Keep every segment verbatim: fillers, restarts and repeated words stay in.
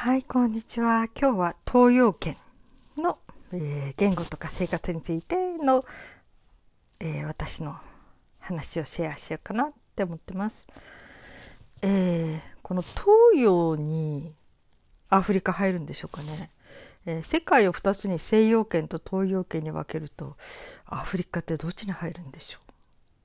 はい、こんにちは。今日は東洋圏の、えー言語とか生活についての、えー私の話をシェアしようかなって思ってます。えーこの東洋にアフリカ入るんでしょうかね。えー世界をふたつに西洋圏と東洋圏に分けるとアフリカってどっちに入るんでしょう。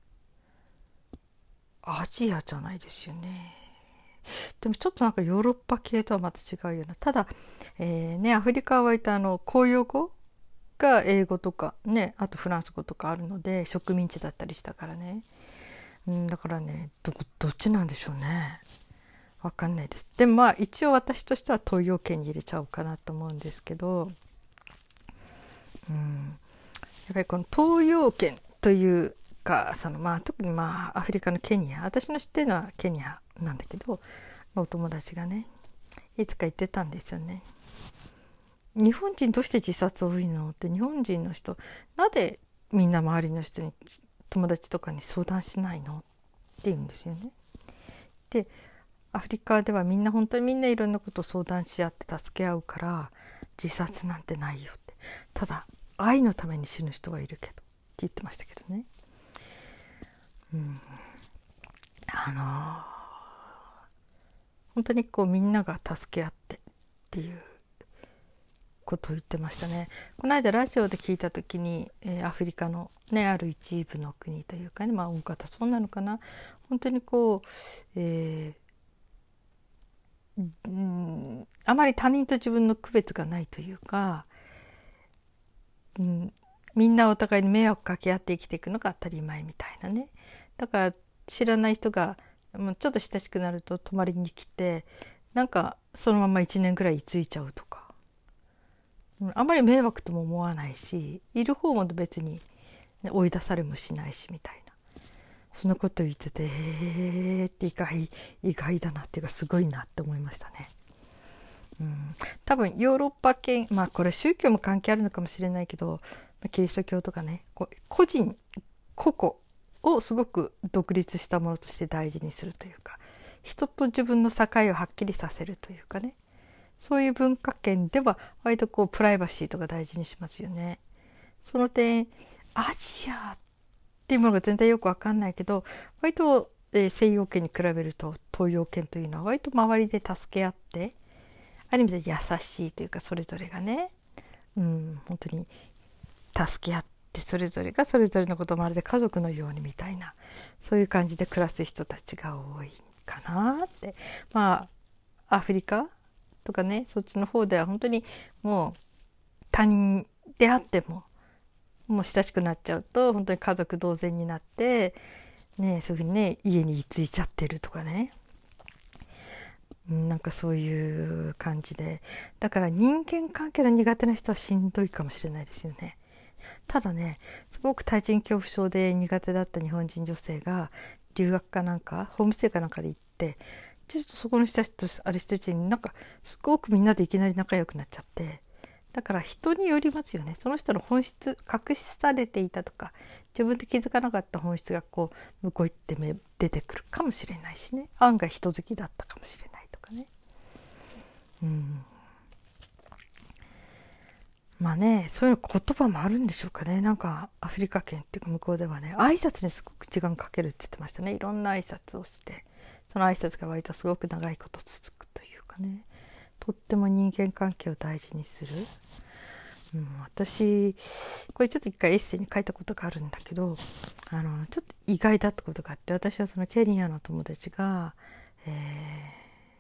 アジアじゃないですよね。でもちょっとなんかヨーロッパ系とはまた違うような。ただ、えーね、アフリカは割とあの公用語が英語とかね、あとフランス語とかあるので植民地だったりしたからね。うん、だからね、ど、どっちなんでしょうね。わかんないです。でもまあ一応私としては東洋圏に入れちゃおうかなと思うんですけど、うん、やっぱりこの東洋圏というか、そのまあ特にまあアフリカのケニア、私の知ってるのはケニアなんだけど、お友達がね、いつか言ってたんですよね。日本人どうして自殺多いのって、日本人の人なぜみんな周りの人に友達とかに相談しないのって言うんですよね。でアフリカではみんな本当にみんないろんなことを相談し合って助け合うから自殺なんてないよって。ただ愛のために死ぬ人はいるけどって言ってましたけどね。うん、あのー本当にこうみんなが助け合ってっていうことを言ってましたね。この間ラジオで聞いた時に、えーアフリカのねある一部の国というかね、まあ大方そうなのかな、本当にこう、えーうん、あまり他人と自分の区別がないというか、うん、みんなお互いに迷惑かけ合って生きていくのが当たり前みたいなね。だから知らない人がもうちょっと親しくなると泊まりに来て、なんかそのままいちねんぐらい居ついちゃうとか、あまり迷惑とも思わないし、いる方も別に、ね、追い出されもしないしみたいな、そんなこと言ってて、へーって意外意外だなっていうかすごいなって思いましたね。うん、多分ヨーロッパ圏、まあこれ宗教も関係あるのかもしれないけど、キリスト教とかね、こう個人個々をすごく独立したものとして大事にするというか、人と自分の境をはっきりさせるというかね、そういう文化圏では割とこうプライバシーとか大事にしますよね。その点アジアっていうものが全然よく分かんないけど、割と、えー西洋圏に比べると東洋圏というのは割と周りで助け合って、ある意味で優しいというか、それぞれがね、うん、本当に助け合って、それぞれがそれぞれのことをまるで家族のようにみたいな、そういう感じで暮らす人たちが多いかなって。まあアフリカとかね、そっちの方では本当にもう他人であってももう親しくなっちゃうと本当に家族同然になってね、そういうふうにね家に居ついちゃってるとかね、なんかそういう感じで、だから人間関係の苦手な人はしんどいかもしれないですよね。ただね、すごく対人恐怖症で苦手だった日本人女性が留学かなんかホームステイかなんかで行って、ちょっとそこの人たちとあれしてるうちになんかすごくみんなでいきなり仲良くなっちゃって、だから人によりますよね。その人の本質、隠しされていたとか自分で気づかなかった本質がこう向こう行って出てくるかもしれないしね、案外人好きだったかもしれないとかね。うん、まあね、そういう言葉もあるんでしょうかね。なんかアフリカ圏っていうか向こうではね、挨拶にすごく時間かけるって言ってましたね。いろんな挨拶をして、その挨拶が割とすごく長いこと続くというかね、とっても人間関係を大事にする。うん、私これちょっと一回エッセイに書いたことがあるんだけど、あのちょっと意外だったことがあって、私はそのケニアの友達が、え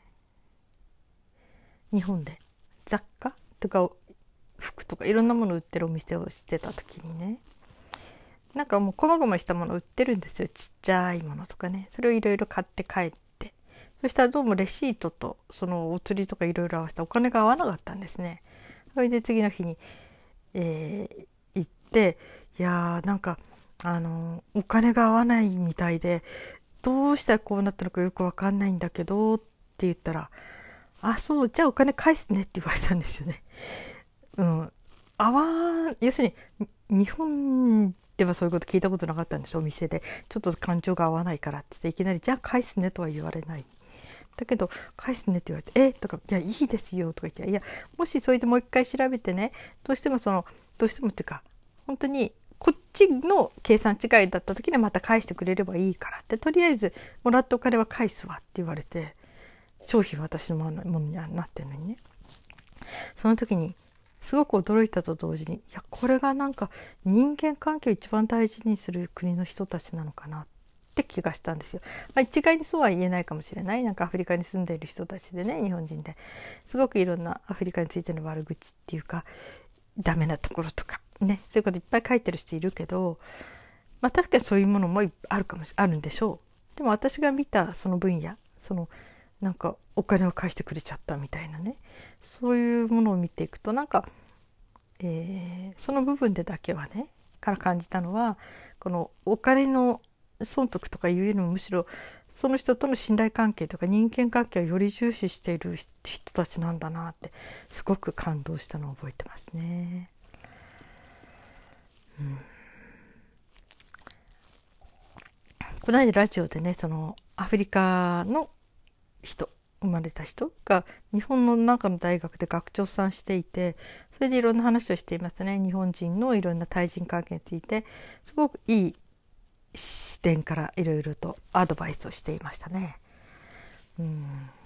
ー日本で雑貨とか服とかいろんなもの売ってるお店をしてた時にね、なんかもう細々したもの売ってるんですよ、ちっちゃいものとかね。それをいろいろ買って帰って、そしたらどうもレシートとそのお釣りとかいろいろ合わせてお金が合わなかったんですね。それで次の日に、えー行って、いやーなんかあのお金が合わないみたいで、どうしたらこうなったのかよくわかんないんだけどって言ったら、あ、そう、じゃあお金返すねって言われたんですよね。うん、合わ要するに日本ではそういうこと聞いたことなかったんです。お店でちょっと感情が合わないからって言っていきなりじゃあ返すねとは言われない。 だけど返すねって言われて「えとか「いやいいですよ」とか言って「いやもしそれでもう一回調べてねどうしてもそのどうしてもっていうか本当にこっちの計算違いだった時にはまた返してくれればいいからってとりあえずもらったお金は返すわって言われて商品は私のものにはなってるのにねその時にすごく驚いたと同時にいやこれがなんか人間関係を一番大事にする国の人たちなのかなって気がしたんですよ。まあ、一概にそうは言えないかもしれないなんかアフリカに住んでいる人たちでね日本人ですごくいろんなアフリカについての悪口っていうかダメなところとかねそういうこといっぱい書いてる人いるけど、まあ、確かにそういうものもあるかもしあるんでしょう。でも私が見たその分野そのなんかお金を返してくれちゃったみたいなねそういうものを見ていくとなんか、えー、その部分でだけはねから感じたのはこのお金の損得とかいうよりもむしろその人との信頼関係とか人間関係をより重視している人たちなんだなってすごく感動したのを覚えてますね。うん、この間ラジオでねそのアフリカの人生まれた人が日本の中の大学で学長さんしていてそれでいろんな話をしていますね。日本人のいろんな対人関係についてすごくいい視点からいろいろとアドバイスをしていましたね。うん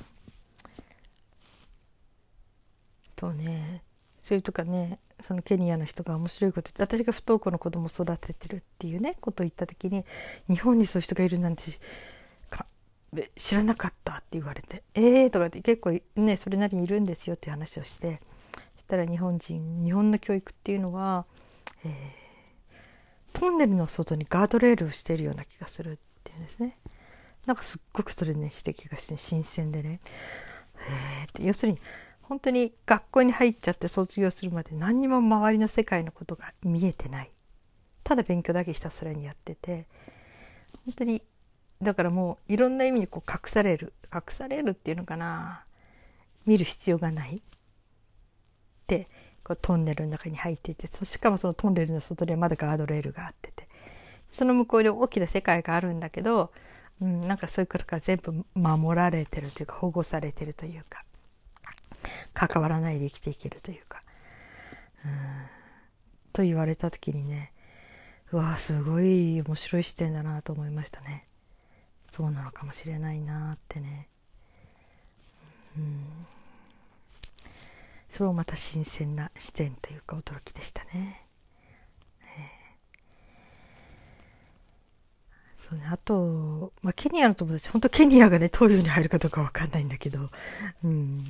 とねそれとかねそのケニアの人が面白いこと言って私が不登校の子供を育ててるっていうねことを言った時に日本にそういう人がいるなんて知らなかったって言われて「えー」とかって結構ねそれなりにいるんですよっていう話をしてそしたら日本人日本の教育っていうのは、えー、トンネルの外にガードレールをしているような気がするっていうんですね。なんかすっごくそれね指摘がして新鮮でねへーって要するに本当に学校に入っちゃって卒業するまで何にも周りの世界のことが見えてないただ勉強だけひたすらにやってて本当にだからもういろんな意味にこう隠される隠されるっていうのかな見る必要がないってこうトンネルの中に入っていてしかもそのトンネルの外にはまだガードレールがあっててその向こうに大きな世界があるんだけど、うん、なんかそういうことから全部守られてるというか保護されてるというか関わらないで生きていけるというか、うん、と言われた時にねうわすごい面白い視点だなと思いましたね。そうなのかもしれないなってね、うん、それもまた新鮮な視点というか驚きでしたね。えー、そうねあと、まあ、ケニアの友達本当ケニアがね東洋に入るかどうか分かんないんだけど、うん、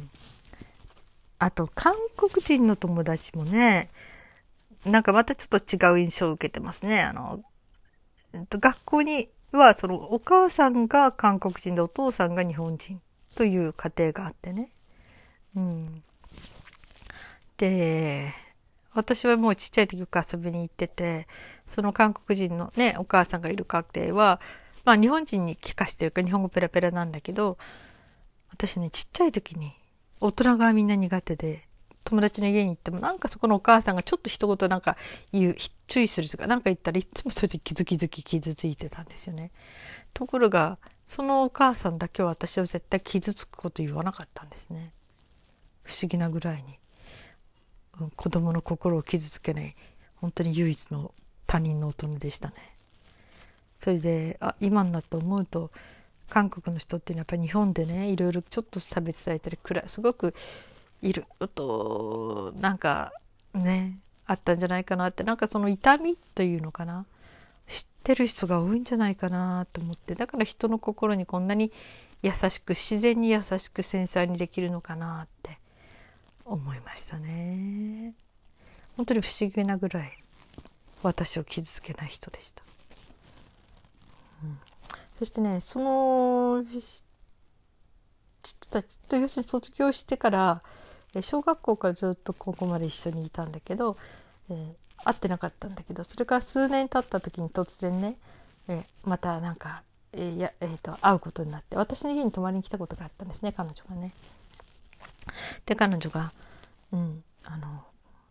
あと韓国人の友達もねなんかまたちょっと違う印象を受けてますね。あの学校にはそのお母さんが韓国人でお父さんが日本人という家庭があってね、うん、で私はもうちっちゃい時よく遊びに行っててその韓国人のねお母さんがいる家庭はまあ日本人に帰化してるから日本語ペラペラなんだけど私ねちっちゃい時に大人がみんな苦手で友達の家に行ってもなんかそこのお母さんがちょっと一言なんか言う注意するとかなんか言ったらいつもそれで気づきづき傷ついてたんですよね。ところがそのお母さんだけは私は絶対傷つくこと言わなかったんですね。不思議なぐらいに、うん、子供の心を傷つけない本当に唯一の他人の大人でしたね。それであ今になって思うと韓国の人っていうのはやっぱり日本でねいろいろちょっと差別されたりくらすごくいるとなんかねあったんじゃないかなってなんかその痛みというのかな知ってる人が多いんじゃないかなと思ってだから人の心にこんなに優しく自然に優しく繊細にできるのかなって思いましたね。本当に不思議なぐらい私を傷つけない人でした、うん、そしてねその人たちと要するに卒業してから小学校からずっと高校まで一緒にいたんだけど、えー、会ってなかったんだけどそれから数年経った時に突然ね、えー、またなんか、えーやえー、と会うことになって私の家に泊まりに来たことがあったんですね彼女がね。で彼女が、うん、あの、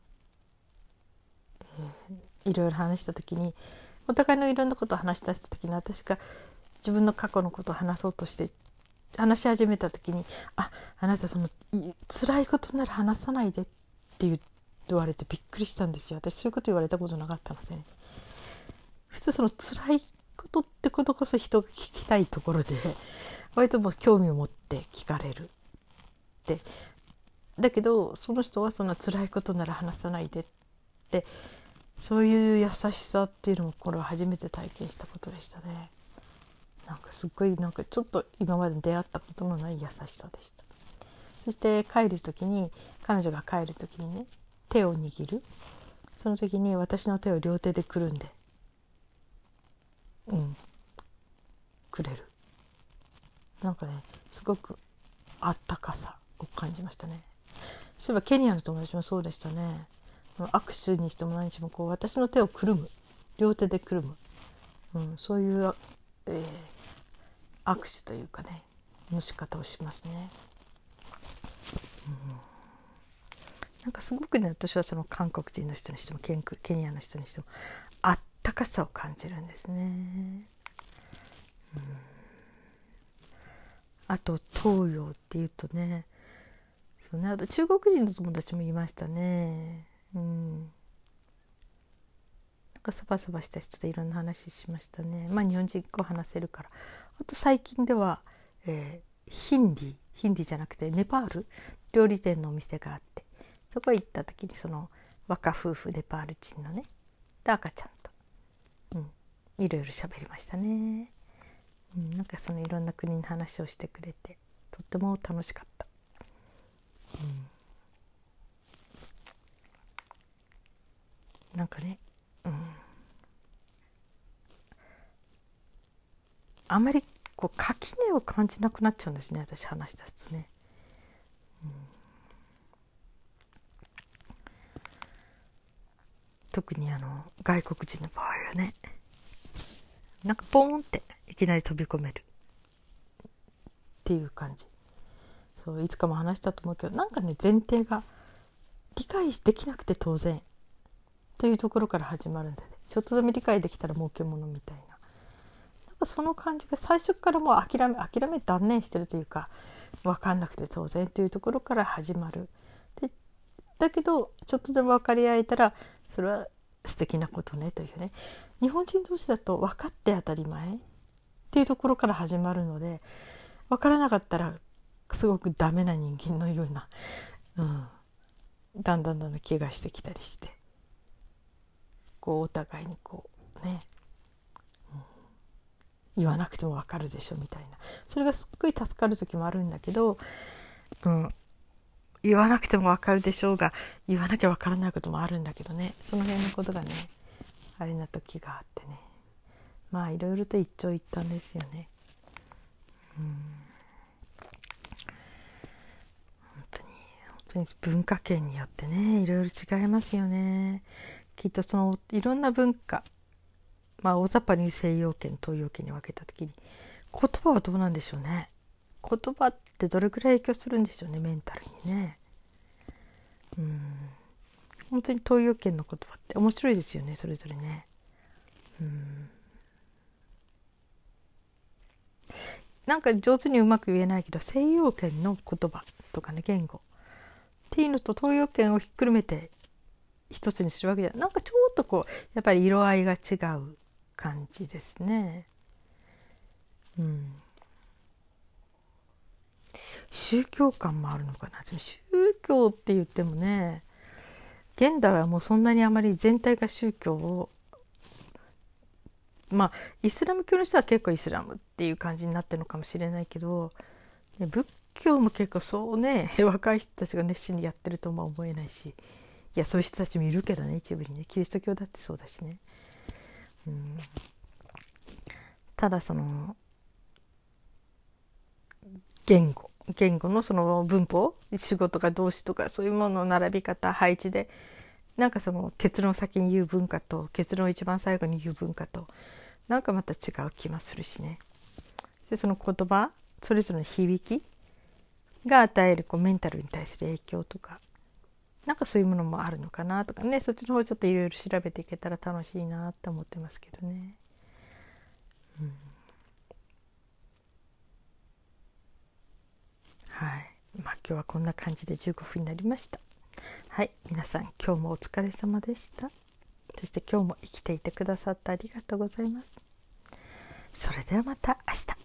えー、いろいろ話した時にお互いのいろんなことを話し出した時に私が自分の過去のことを話そうとして話し始めた時に「あ、あなたその辛いことなら話さないで」って言われてびっくりしたんですよ。私そういうこと言われたことなかったのでね。普通その辛いことってことこそ人が聞きたいところで割ともう興味を持って聞かれるって。だけどその人はそんな辛いことなら話さないでって、そういう優しさっていうのもこれは初めて体験したことでしたね。なんかすっごいなんかちょっと今まで出会ったことのない優しさでした。そして帰る時に彼女が帰る時にね、手を握る、その時に私の手を両手でくるんでうんくれる。なんかね、すごくあったかさを感じましたね。そういえばケニアの友達もそうでしたね。握手にしても何にしてもこう私の手をくるむ、両手でくるむ、うん、そういう、えー、握手というかねの仕方をしますね。うん、なんかすごくね、私はその韓国人の人にしてもケンケニアの人にしてもあったかさを感じるんですね。うん、あと東洋っていうとね、そうね、あと中国人の友達もいましたね。うん、なんかサバサバした人でいろんな話しましたね。まあ日本人語話せるから。あと最近では、えー、ヒンディヒンディじゃなくてネパール料理店のお店があって、そこへ行った時にその若夫婦ネパール人のねで赤ちゃんと、うん、いろいろ喋りましたね。うん、なんかそのいろんな国の話をしてくれてとっても楽しかった。うん、なんかね、うん、あんまりこう垣根を感じなくなっちゃうんですね、私話し出すとね。うん、特にあの外国人の場合はね、なんかポーンっていきなり飛び込めるっていう感じ。そういつかも話したと思うけど、なんかね前提が理解できなくて当然というところから始まるんでね、ちょっとでも理解できたら儲けものみたいな、なんかその感じが最初からもう諦め諦め断念してるというか、分かんなくて当然というところから始まる。でだけどちょっとでも分かり合えたらそれは素敵なことねというね。日本人同士だと分かって当たり前っていうところから始まるので、分からなかったらすごくダメな人間のような、うん、だんだんだんだん気がしてきたりして、こうお互いにこうね、うん、言わなくても分かるでしょみたいな、それがすっごい助かる時もあるんだけど、うん、言わなくても分かるでしょうが言わなきゃ分からないこともあるんだけどね、その辺のことがねあれな時があってね、まあいろいろと一長一短ですよね。うん、本当に本当に文化圏によってねいろいろ違いますよね。きっとそのいろんな文化、まあ大雑把に西洋圏東洋圏に分けた時に言葉はどうなんでしょうね。言葉ってどれくらい影響するんでしょうね、メンタルにね。うん、本当に東洋圏の言葉って面白いですよね、それぞれね。うん、なんか上手にうまく言えないけど西洋圏の言葉とかね言語っていうのと東洋圏をひっくるめて一つにするわけじゃなんかちょっとこうやっぱり色合いが違う感じですね。うん、宗教観もあるのかな。宗教って言ってもね、現代はもうそんなにあまり全体が宗教を、まあイスラム教の人は結構イスラムっていう感じになってるのかもしれないけど、ね、仏教も結構そうね若い人たちが熱心にやってるとは思えないし、いやそういう人たちもいるけどね、一部にね、キリスト教だってそうだしね。うん、ただその言語言語のその文法、仕事が動詞とかそういうものの並び方配置でなんかその結論を先に言う文化と結論を一番最後に言う文化となんかまた違う気もするしね。でその言葉それぞれの響きが与えるこうメンタルに対する影響とかなんかそういうものもあるのかなとかね、そっちの方ちょっといろいろ調べていけたら楽しいなって思ってますけどね。うん、 はい、まあ今日はこんな感じでじゅうごふんになりました。はい、皆さん今日もお疲れ様でした。そして今日も生きていてくださってありがとうございます。それではまた明日。